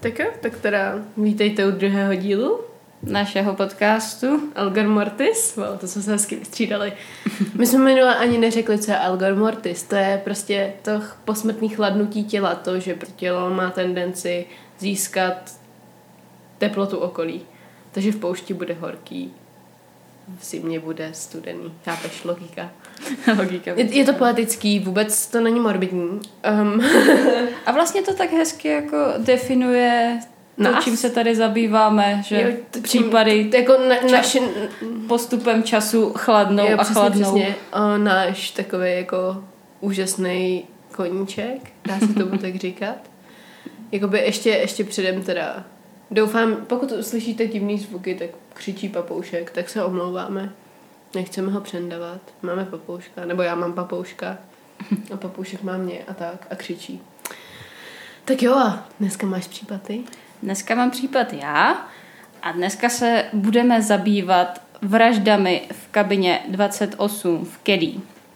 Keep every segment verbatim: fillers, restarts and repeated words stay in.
Tak jo, tak teda vítejte u druhého dílu našeho podcastu Algor Mortis. Wow, to jsme se hezky vystřídali. My jsme minule ani neřekli, co je Algor Mortis. To je prostě to posmrtný chladnutí těla, to, že tělo má tendenci získat teplotu okolí. Takže v poušti bude horký, v zimě bude studený. Chápeš? Logika. Logika. Je, je to poetický, vůbec to není morbidní. Um. A vlastně to tak hezky jako definuje to, Nás? čím se tady zabýváme, že jo, t- případy t- jako na, ča- naši, postupem času chladnou jo, a přesně, chladnou. Přesně. O, náš takový jako úžasný koníček, dá se tomu tak říkat. Jakoby ještě, ještě předem teda doufám, pokud uslyšíte divný zvuky, tak křičí papoušek, tak se omlouváme. Nechceme ho přendavat. Máme papouška, nebo já mám papouška a papoušek má mě a tak a křičí. Tak jo, a dneska máš případ ty? Dneska mám případ já a dneska se budeme zabývat vraždami v kabině dvacet osm v Keddie.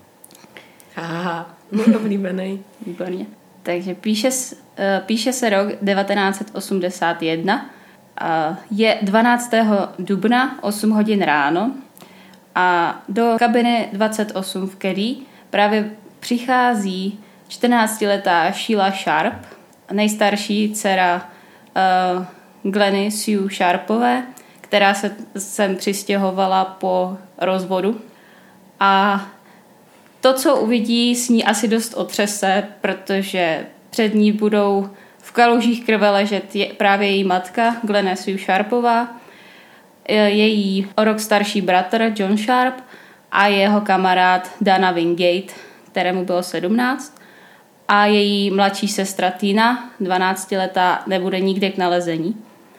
Haha, můj oblíbený. Výborně. Takže píše, píše se rok devatenáct set osmdesát jedna, je dvanáctého dubna, osm hodin ráno a do kabiny dvacet osm v Keddie právě přichází čtrnáctiletá Sheila Sharp, nejstarší dcera uh, Glenny Sue Sharpové, která se sem přistěhovala po rozvodu. A to, co uvidí, s ní asi dost otřese, protože před ní budou v kalužích krve ležet je, právě její matka, Glenna Sue Sharpová, její o rok starší bratr John Sharp a jeho kamarád Dana Wingate, kterému bylo sedmnáct. A její mladší sestra Tina, dvanáctiletá, nebude nikde k nalezení.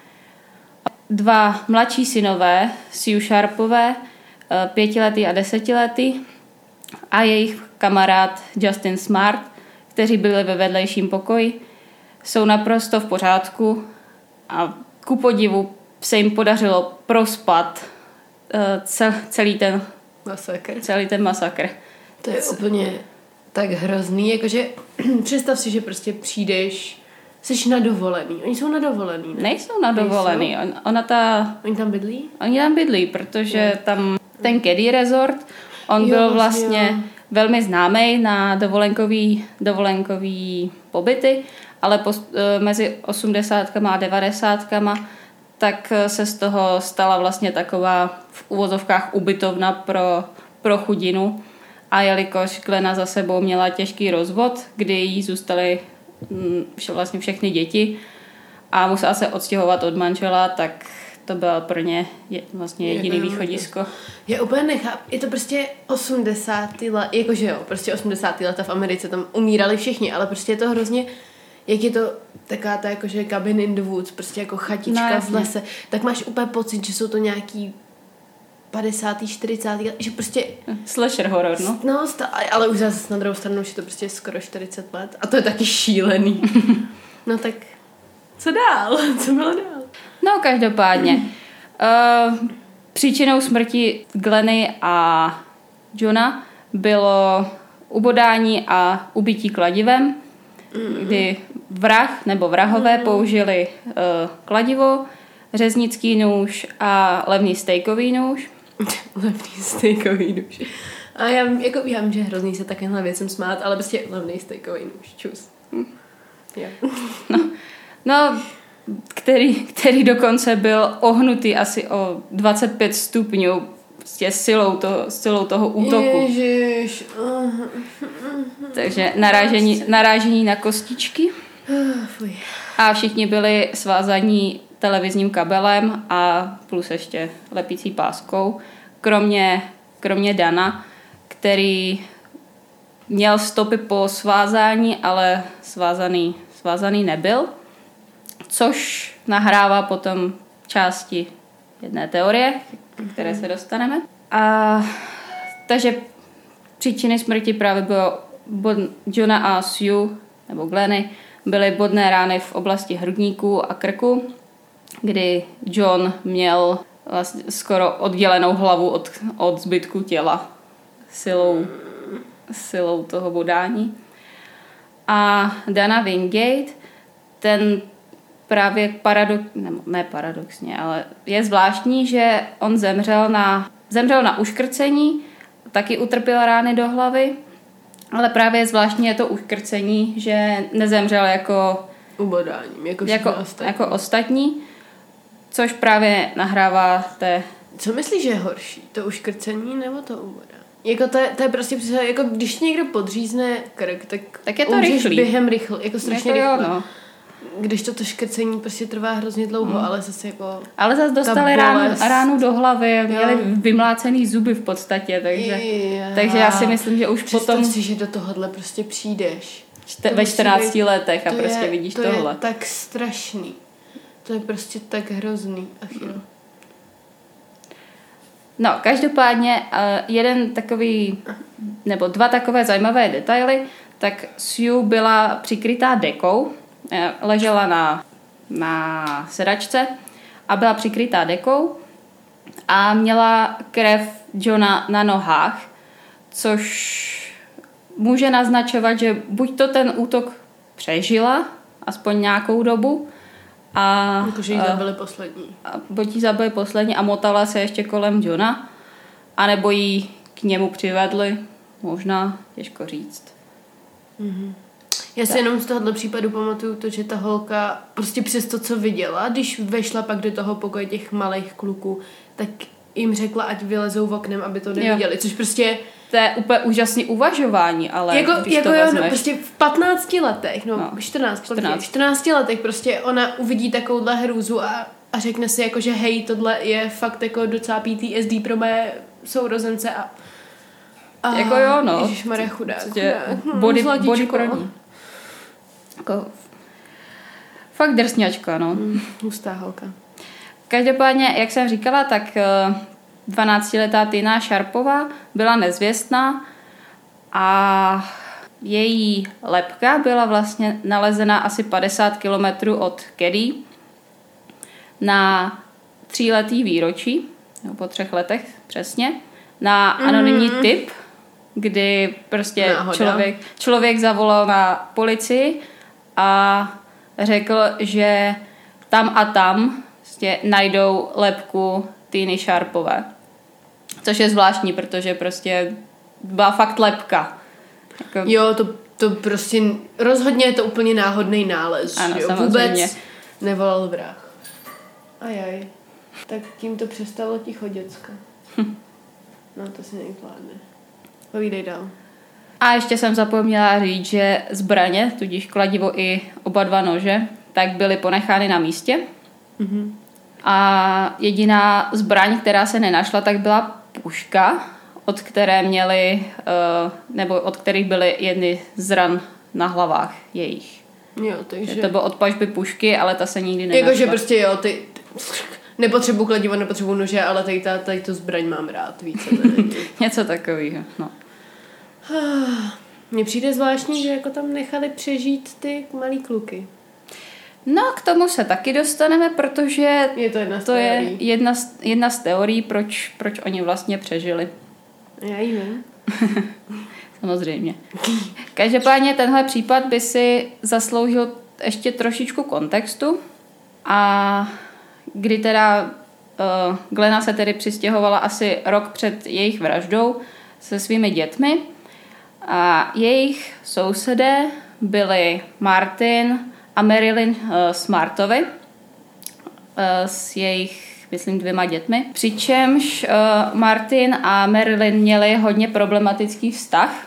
Dva mladší synové, Sue Sharpové, pětiletý a desetiletý, a jejich kamarád Justin Smart, kteří byli ve vedlejším pokoji, jsou naprosto v pořádku a ku podivu se jim podařilo prospat celý ten masakr. Celý ten masakr. To je úplně tak hrozný, jakože představ si, že prostě přijdeš, jsi na dovolený. Oni jsou na dovolený, ne? Nejsou na dovolený. Nejsou? On, ona ta... Oni tam bydlí? Oni tam bydlí, protože je. tam ten Keddie Resort, on jo, byl vlastně, vlastně velmi známý na dovolenkový, dovolenkový pobyty, ale post, mezi osmdesátkama a devadesátkama tak se z toho stala vlastně taková v uvozovkách ubytovna pro, pro chudinu. A jelikož Glenna za sebou měla těžký rozvod, kdy jí zůstaly vlastně všechny děti a musela se odstěhovat od manžela, tak to bylo pro ně vlastně jediný východisko. Já úplně nechápu. Je to prostě osmdesátá let, jakože jo, prostě osmdesátá leta v Americe, tam umírali všichni, ale prostě je to hrozně, jak je to taková ta jakože cabin in the woods, prostě jako chatička no, v lese, tak máš úplně pocit, že jsou to nějaký padesátý, čtyřicátý let, že prostě... Slasher horor, no. No, ale už zase na druhou stranu, že to prostě skoro čtyřicet let a to je taky šílený. No tak, co dál? Co bylo dál? No, každopádně. Uh, příčinou smrti Glenny a Johna bylo ubodání a ubití kladivem, mm-hmm. kdy vrah nebo vrahové mm-hmm. použili uh, kladivo, řeznický nůž a levný stejkový nůž. Levný stejkový nůž. A já, jako, já vím, že hrozný se takovýmhle věcem smát, ale prostě levný stejkový nůž. Čus. Hm. Jo. No, no který, který dokonce byl ohnutý asi o dvacet pět stupňů prostě silou, to, silou toho útoku. Ježiš. Takže narážení, narážení na kostičky. Fuj. A všichni byli svázaní televizním kabelem a plus ještě lepící páskou. Kromě, kromě Dana, který měl stopy po svázání, ale svázaný, svázaný nebyl. Což nahrává potom části jedné teorie, které se dostaneme. A takže příčiny smrti právě bylo bod Johna a Sue, nebo Glenny, byly bodné rány v oblasti hrudníku a krku, kdy John měl vlastně skoro oddělenou hlavu od, od zbytku těla silou, silou toho bodání. A Dana Wingate, ten právě paradox, ne, ne paradoxně, ale je zvláštní, že on zemřel na, zemřel na uškrcení, taky utrpěl rány do hlavy, ale právě zvláštní je to uškrcení, že nezemřel jako ubodáním, jako, jako, ostatní. jako ostatní, což právě nahrává té... Co myslíš, že je horší? To uškrcení nebo to ubodání? Jako to je, to je prostě přesně, jako když někdo podřízne krk, tak, tak je to rychlý. Během rychle, jako strašně jako rychle. Jo, no. Když to to škrcení prostě trvá hrozně dlouho, mm. ale zase jako... Ale zase dostali ránu, ránu do hlavy, měli vymlácený zuby v podstatě, takže, takže já si myslím, že už Představ potom... si, že do tohohle prostě přijdeš. Čte, ve čtrnácti být, letech a to prostě je, vidíš to tohle. To je tak strašný. To je prostě tak hrozný. Ach jo. No, každopádně jeden takový, nebo dva takové zajímavé detaily, tak Sue byla přikrytá dekou, ležela na, na sedačce a byla přikrytá dekou a měla krev Johna na nohách, což může naznačovat, že buď to ten útok přežila, aspoň nějakou dobu, a jakože jí zabili poslední. A buď jí zabili poslední a motala se ještě kolem Johna, anebo jí k němu přivedli, možná, těžko říct. Mm-hmm. Já si tak. jenom z tohohle případu pamatuju to, že ta holka prostě přes to, co viděla, když vešla pak do toho pokoje těch malých kluků, tak jim řekla, ať vylezou v oknem, aby to neviděli, jo. Což prostě... To je úplně úžasný uvažování, ale jako, když jako to jo, vezmeš... no, prostě v patnácti letech, no, no čtrnáct, čtrnáct. čtrnácti letech prostě ona uvidí takovouhle hrůzu a, a řekne si jako, že hej, tohle je fakt jako docela P T S D pro mé sourozence a... a jako jo, no. Ježišmarja, chudák. Hm, body, body pro ní. Jako... Fakt drsňačka, no. Hmm, hustá holka. Každopádně, jak jsem říkala, tak... dvanáctiletá Tina Sharpová byla nezvěstná a její lebka byla vlastně nalezena asi padesát kilometrů od Caddy na tříletý výročí, nebo po třech letech přesně, na anonymní mm. tip, kdy prostě člověk, člověk zavolal na policii a řekl, že tam a tam prostě najdou lebku Tiny Sharpové. Což je zvláštní, protože prostě byla fakt lebka. Jako... Jo, to, to prostě rozhodně je to úplně náhodný nález. Ano, jo? Vůbec nevolal vrah. Ajaj. Tak tím to přestalo ticho, děcka. Hm. No, to si nevkládne. Povídej dál. A ještě jsem zapomněla říct, že zbraně, tudíž kladivo i oba dva nože, tak byly ponechány na místě. Mhm. A jediná zbraň, která se nenašla, tak byla puška, od které měli, nebo od kterých byly jedny z ran na hlavách jejich. Jo, takže... To bylo od pažby pušky, ale ta se nikdy nenašla. Jakože prostě jo, ty... Nepotřebuji kladivo, nepotřebuji nože, ale tady, tady, tady tu zbraň mám rád více. Něco takového, no. Mně přijde zvláštní, že jako tam nechali přežít ty malý kluky. No, k tomu se taky dostaneme, protože je to, jedna z, to je jedna, z, jedna z teorií, proč, proč oni vlastně přežili. Já ji vím. Samozřejmě. Každopádně tenhle případ by si zasloužil ještě trošičku kontextu a kdy teda uh, Glenna se tedy přistěhovala asi rok před jejich vraždou se svými dětmi a jejich sousedé byli Martin a Marilyn uh, Smartovi uh, s jejich, myslím, dvěma dětmi. Přičemž uh, Martin a Marilyn měli hodně problematický vztah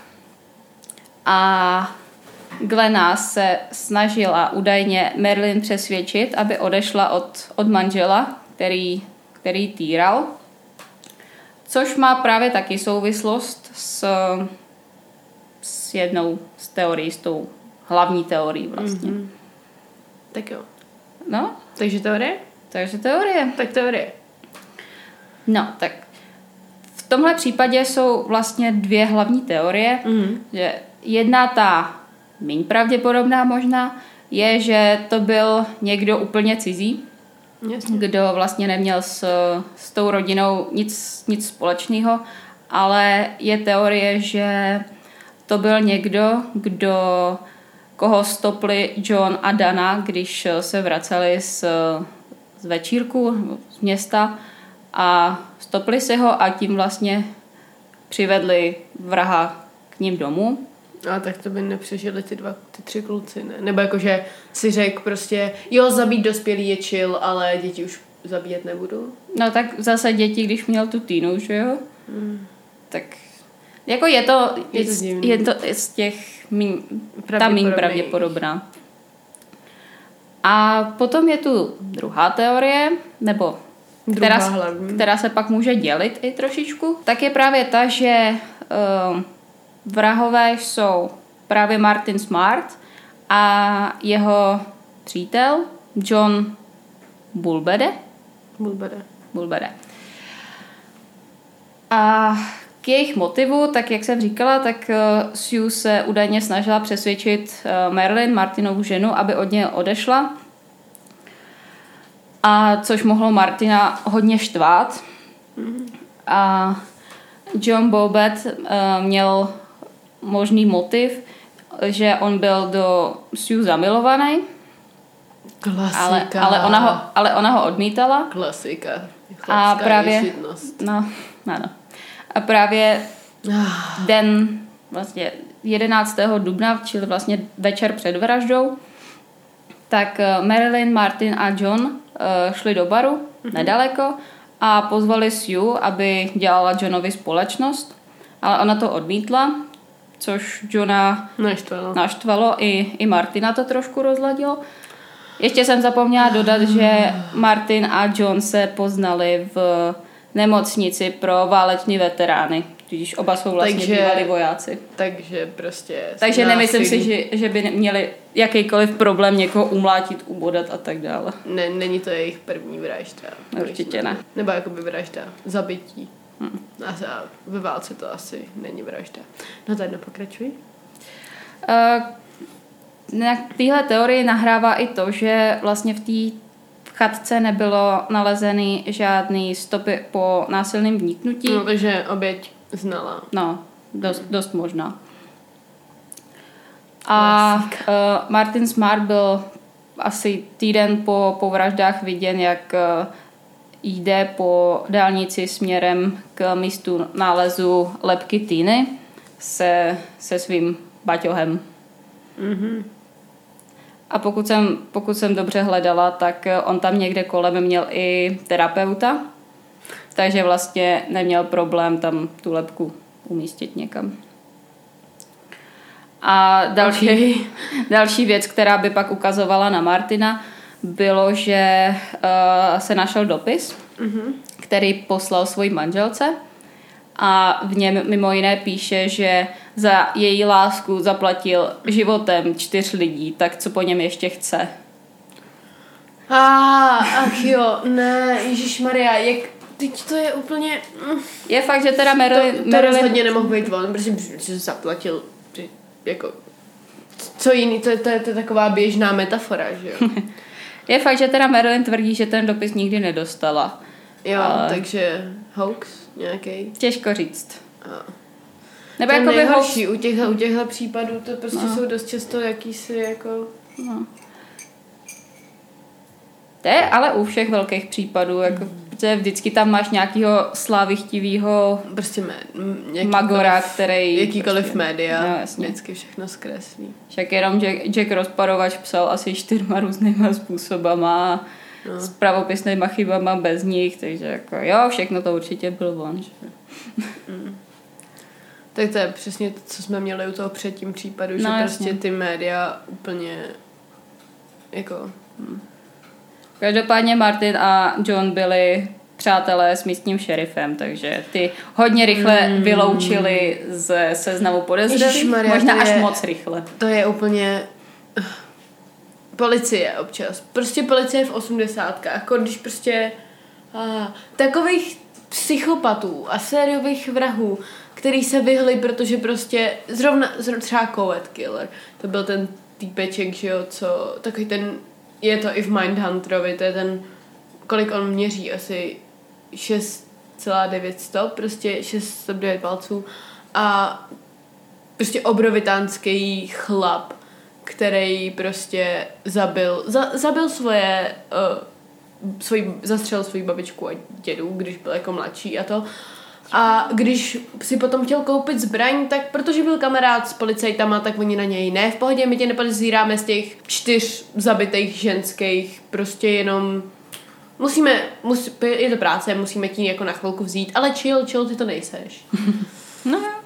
a Glenna se snažila údajně Marilyn přesvědčit, aby odešla od, od manžela, který, který týral. Což má právě taky souvislost s, s jednou z teorií, s tou hlavní teorií vlastně. Mm-hmm. Tak jo. No. Takže teorie? Takže teorie. Tak teorie. No, tak v tomhle případě jsou vlastně dvě hlavní teorie. Mm-hmm. Že jedna ta méně pravděpodobná možná je, že to byl někdo úplně cizí, Jasně. kdo vlastně neměl s, s tou rodinou nic, nic společného, ale je teorie, že to byl někdo, kdo koho stopli John a Dana, když se vraceli z, z večírku, z města a stopli si ho a tím vlastně přivedli vraha k ním domů. A tak to by nepřežili ty dva, ty tři kluci, ne? Nebo jakože si řekl prostě, jo, zabít dospělý je chill, ale děti už zabíjet nebudu. No tak zase děti, když měl tu týnu, že jo? Hmm. Tak jako je to, je to, z, je to z těch míň, ta míň pravděpodobná. A potom je tu druhá teorie, nebo která, která se pak může dělit i trošičku, tak je právě ta, že uh, vrahové jsou právě Martin Smart a jeho přítel John Bulbede. Bulbede. Bulbede. A k jejich motivu, tak jak jsem říkala, tak uh, Sue se údajně snažila přesvědčit uh, Marilyn, Martinovu ženu, aby od něj odešla. A což mohlo Martina hodně štvát. Mm. A John Bobet uh, měl možný motiv, že on byl do Sue zamilovaný. Klasika. Ale, ale, ona, ho, ale ona ho odmítala. Klasika. A právě, no, ano. A právě den vlastně jedenáctého dubna, čili vlastně večer před vraždou, tak Marilyn, Martin a John uh, šli do baru mm-hmm. nedaleko a pozvali Sue, aby dělala Johnovi společnost, ale ona to odmítla, což Johna naštvalo, naštvalo i, i Martina to trošku rozladilo. Ještě jsem zapomněla dodat, že Martin a John se poznali v nemocnici pro váleční veterány, když oba jsou vlastně takže, bývalí vojáci. Takže prostě... Takže nemyslím si, že, že by měli jakýkoliv problém někoho umlátit, ubodat a tak dále. Ne, není to jejich první vražda. Určitě ne. Nebo jakoby vražda, zabití. Hmm. A ve válce to asi není vražda. No tak nepokračuj. Uh, na téhle teorii nahrává i to, že vlastně v té chatce nebylo nalezený žádný stopy po násilném vniknutí. No, takže oběť znala. No, dost, dost možná. A uh, Martin Smart byl asi týden po, po vraždách viděn, jak uh, jde po dálnici směrem k místu nálezu lebky Tiny se, se svým baťohem. Mhm. A pokud jsem, pokud jsem dobře hledala, tak on tam někde kolem měl i terapeuta, takže vlastně neměl problém tam tu lebku umístit někam. A další, okay. další věc, která by pak ukazovala na Martina, bylo, že uh, se našel dopis, mm-hmm. který poslal svojí manželce a v něm mimo jiné píše, že za její lásku zaplatil životem čtyř lidí, tak co po něm ještě chce. A, ach jo, ne, ježišmarja, jak, teď to je úplně... Je fakt, že teda Marilyn... To, to rozhodně nemohl být on, protože zaplatil, jako, co jiný, to je, to, je, to je taková běžná metafora, že jo. Je fakt, že teda Marilyn tvrdí, že ten dopis nikdy nedostala. Jo, ale... takže hoax nějaký. Těžko říct. A. Nebo to jako nejhorší, hoax... u, těchto, u těchto případů to prostě no. jsou dost často jakýsi jako... No. To je ale u všech velkých případů, jako, mm. protože vždycky tam máš nějakého slávichtivýho prostě mé, magora, který... Jakýkoliv prostě, média, no, jasně. vždycky všechno zkreslí. Však jenom Jack, Jack Rozparovač psal asi čtyřma různýma způsobama, no. s pravopisnýma chybama bez nich, takže jako jo, všechno to určitě byl on. Že? Mm. Tak to je přesně to, co jsme měli u toho předtím případu, no, že jasně. prostě ty média úplně jako... Hm. Každopádně Martin a John byli přátelé s místním šerifem, takže ty hodně rychle mm. vyloučili ze seznamu podezřelých, možná až je, moc rychle. To je úplně... Policie občas. Prostě policie v osmdesátkách, jako když prostě ah, takových psychopatů a sériových vrahů, který se vyhli, protože prostě zrovna, zrovna třeba Coward Killer, to byl ten týpeček, že jo, co takový ten, je to i v Mindhunterovi, to je ten, kolik on měří, asi šest celá devět stop, prostě šest stop devět palců a prostě obrovitánský chlap, který prostě zabil, za, zabil svoje, uh, svoj, zastřelil svou babičku a dědu, když byl jako mladší a to. A když si potom chtěl koupit zbraň, tak protože byl kamarád s policajtama, tak oni na něj ne, v pohodě, my tě nepodezíráme z těch čtyř zabitých ženských, prostě jenom musíme, mus, je to práce, musíme ti jako na chvilku vzít, ale chill, chill, ty to nejseš. No jo.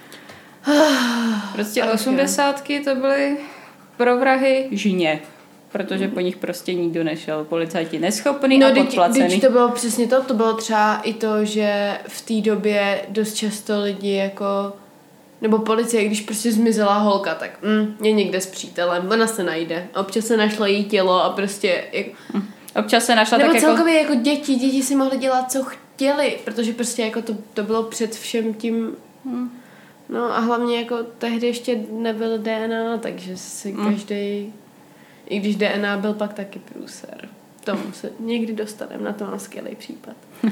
Prostě osmdesátky to byly pro vrahy žině, protože po nich prostě nikdo nešel. Policajti neschopný no, a podplacený. Když to bylo přesně to, to bylo třeba i to, že v té době dost často lidi jako, nebo policie, když prostě zmizela holka, tak mm, je někde s přítelem, ona se najde. Občas se našlo její tělo a prostě... Jako, občas se našla nebo tak celkově jako... jako děti, děti si mohly dělat, co chtěli, protože prostě jako to, to bylo před všem tím... Hmm. No a hlavně jako tehdy ještě nebyl D N A, takže si hmm. každý, i když D N A byl pak taky průser. Tomu se někdy dostaneme, na to mám skvělý případ.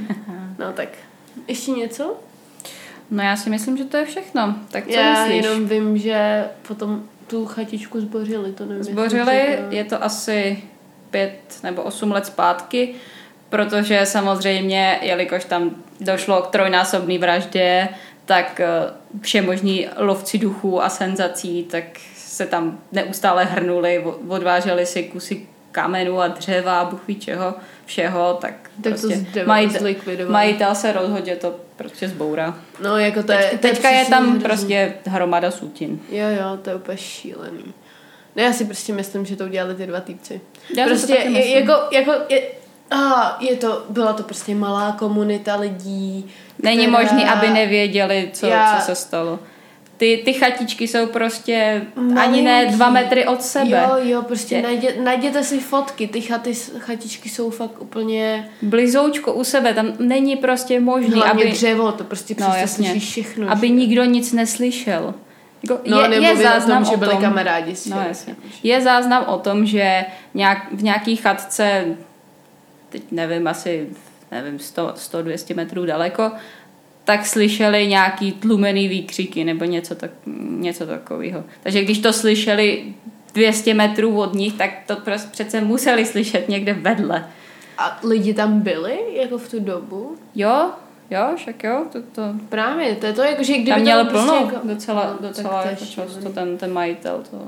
No tak, ještě něco? No já si myslím, že to je všechno. Tak co já myslíš? jenom vím, že potom tu chatičku zbořili, to nevím. Zbořili, je to asi pět nebo osm let zpátky, protože samozřejmě, jelikož tam došlo k trojnásobné vraždě, tak všemožní lovci duchů a senzací, tak se tam neustále hrnuli, odváželi si kusy kamenů a dřeva, bůh ví čeho, všeho, tak, tak prostě to majitel, majitel se rozhodl, že to prostě zbourá. No jako to je, Teď, to je teďka je tam hrozný. Prostě hromada sutin. Jo, jo, to je úplně šílený. No já si prostě myslím, že to udělali ty dva týpci. Já prostě je, jako, jako je, a je to, byla to prostě malá komunita lidí. Není která... možný, aby nevěděli, co, já... co se stalo. Ty, ty chatičky jsou prostě malinký. Ani ne dva metry od sebe. Jo, jo, prostě najdě, najděte si fotky, ty chaty, chatičky jsou fakt úplně... Blizoučko u sebe, tam není prostě možný, hlavně aby... dřevo, to prostě no, přesně slyšíš všechno. Aby že? Nikdo nic neslyšel. Jako no, je, je záznam o tom, že byli tom, kamarádi. No, jasně. Je záznam o tom, že nějak, v nějaký chatce, teď nevím, asi nevím, sto dvě stě metrů daleko, tak slyšeli nějaký tlumený výkřiky nebo něco, tak, něco takového. Takže když to slyšeli dvě stě metrů od nich, tak to prostě přece museli slyšet někde vedle. A lidi tam byli jako v tu dobu? Jo, jo, však jo. To, to... Právě, to je to, jako, že kdyby tam měl plno prostě jako... docela, no, docela jako často ten, ten majitel. To...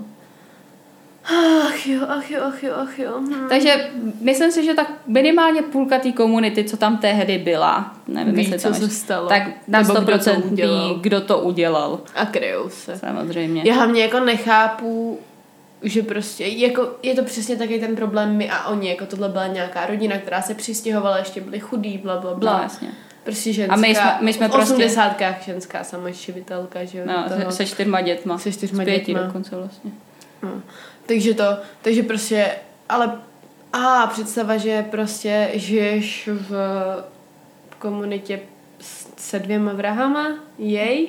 Ach jo, ach jo, ach jo, ach jo. Hm. Takže myslím si, že tak minimálně půlka té komunity, co tam tehdy byla, nevím, ví, co tam se stalo. Tak na sto procent kdo to ví, kdo to udělal. A kryjou se. Samozřejmě. Já hlavně jako nechápu, že prostě, jako je to přesně taky ten problém my a oni, jako tohle byla nějaká rodina, která se přistěhovala, ještě byli chudí, bla, bla, bla. No, jasně. Prostě ženská, a my jsme, my jsme v prostě... osmdesátkách ženská samoživitelka, že jo. No, toho, se, se čtyřma dětma. Se čtyřma z pěti dětma. dokonce vlastně. No. Takže to, takže prostě, ale a představa, že prostě žiješ v komunitě se dvěma vrahama, jej.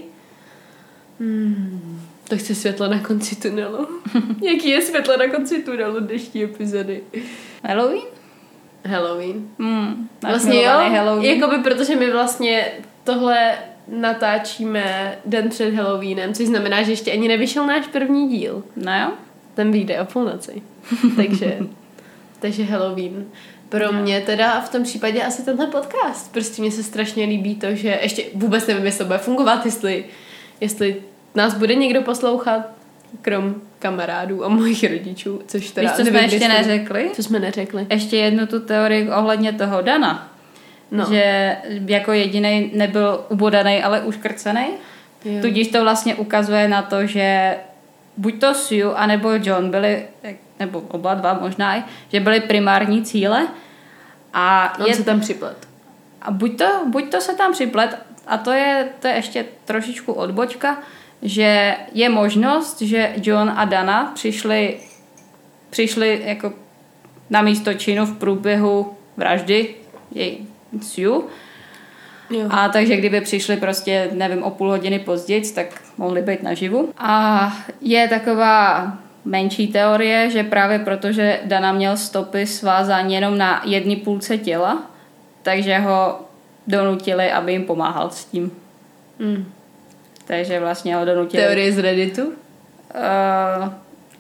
Hmm. To chce světlo na konci tunelu. Jaký je světlo na konci tunelu dnešní epizody? Halloween? Halloween. Hmm, vlastně jo, Halloween. jakoby protože my vlastně tohle natáčíme den před Halloweenem, což znamená, že ještě ani nevyšel náš první díl. No jo. Ten vyjde o půlnoci. takže, takže Halloween. Pro no. mě teda v tom případě asi tenhle podcast. Prostě mně se strašně líbí to, že ještě vůbec nevím, jestli to bude fungovat, jestli, jestli nás bude někdo poslouchat, krom kamarádů a mojich rodičů, což teda... Víš, co jsme ještě neřekli? Co jsme neřekli? Ještě jednu tu teorii ohledně toho Dana. No. Že jako jedinej nebyl ubodaný, ale uškrcený. Jo. Tudíž to vlastně ukazuje na to, že buď to Sue, anebo John byli, nebo oba dva možná, že byli primární cíle. A on je, se tam připlet. A buď to, buď to se tam připlet, a to je, to je ještě trošičku odbočka, že je možnost, že John a Dana přišli, přišli jako na místo činu v průběhu vraždy jej Sue. Jo. A takže kdyby přišli prostě, nevím, o půl hodiny později, tak mohli být naživu. A je taková menší teorie, že právě protože Dana měl stopy svázání jenom na jedné půlce těla, takže ho donutili, aby jim pomáhal s tím. Mm. Takže vlastně ho donutili. Teorie z Redditu? Uh,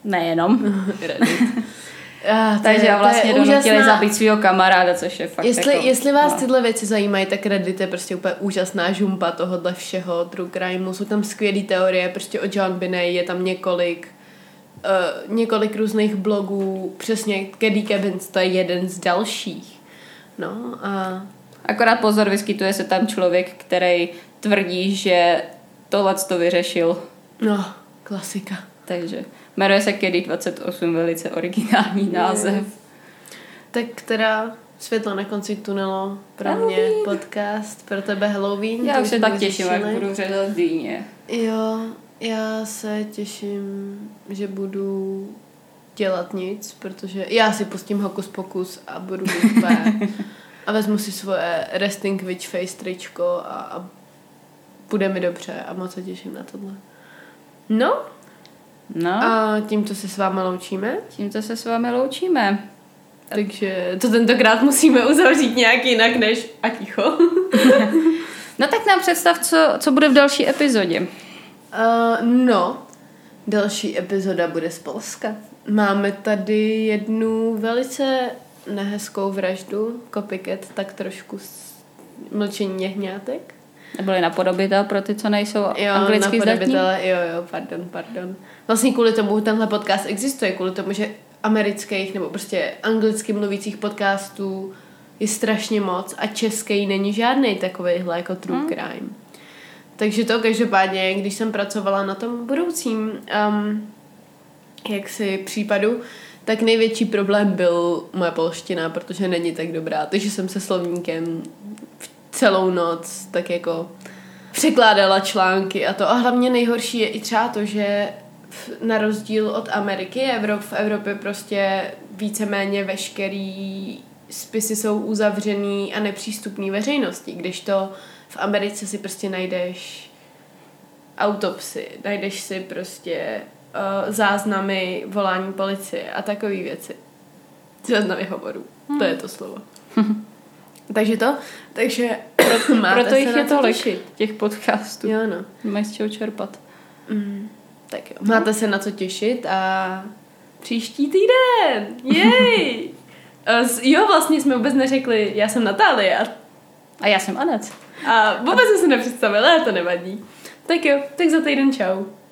Nejenom. Reddit. Ah, Takže já vlastně donutili zabít svého kamaráda, což je fakt jestli, jako, jestli vás no. tyhle věci zajímají, tak Reddit je prostě úplně úžasná žumpa tohohle všeho, true crimeu. Jsou tam skvělé teorie, prostě o John Binney, je tam několik uh, několik různých blogů, přesně Caddy Cabins, to je jeden z dalších. No a... Akorát pozor, vyskytuje se tam člověk, který tvrdí, že tohle to vyřešil. No, klasika. Takže jmenuje se Caddy dvacet osm, velice originální název. Je. Tak teda světlo na konci tunelu pro Halloween. Mě podcast, pro tebe Halloween. Já už se tak těším, jak budu řezat dýně. Jo, já se těším, že budu dělat nic, protože já si pustím Hokus Pokus a budu úplně a vezmu si svoje Resting Witch Face tričko a, a bude mi dobře a moc se těším na tohle. No, no. A tímto se s vámi loučíme. Tímto se s vámi loučíme. Takže to tentokrát musíme uzavřít nějak jinak než a ticho. No tak nám představ, co, co bude v další epizodě. Uh, no, další epizoda bude z Polska. Máme tady jednu velice nehezkou vraždu, copycat, tak trošku mlčení jehňátek. Neboli napodobitel pro ty, co nejsou jo, anglicky zdatní? Jo, jo, pardon, pardon. Vlastně kvůli tomu tenhle podcast existuje, kvůli tomu, že amerických nebo prostě anglicky mluvících podcastů je strašně moc a český není žádnej takovejhle jako true hmm. crime. Takže to každopádně, když jsem pracovala na tom budoucím um, jaksi případu, tak největší problém byl moje polština, protože není tak dobrá. Takže jsem se slovníkem celou noc tak jako překládala články a to. A hlavně nejhorší je i třeba to, že na rozdíl od Ameriky, Evrop, v Evropě prostě víceméně veškerý spisy jsou uzavřený a nepřístupný veřejnosti, kdežto v Americe si prostě najdeš autopsy, najdeš si prostě uh, záznamy volání policie a takové věci. Záznamy hovorů. Hmm. To je to slovo. Takže to, takže proto, proto jich je tolik těch podcastů. Jo, no. Mají z čeho čerpat. Mm. Tak jo. Máte se na co těšit a příští týden. Jej! Jo, vlastně jsme vůbec neřekli, já jsem Natálie a, a já jsem Anet. A vůbec jsem si nepředstavila, ale to nevadí. Tak jo, tak za týden čau.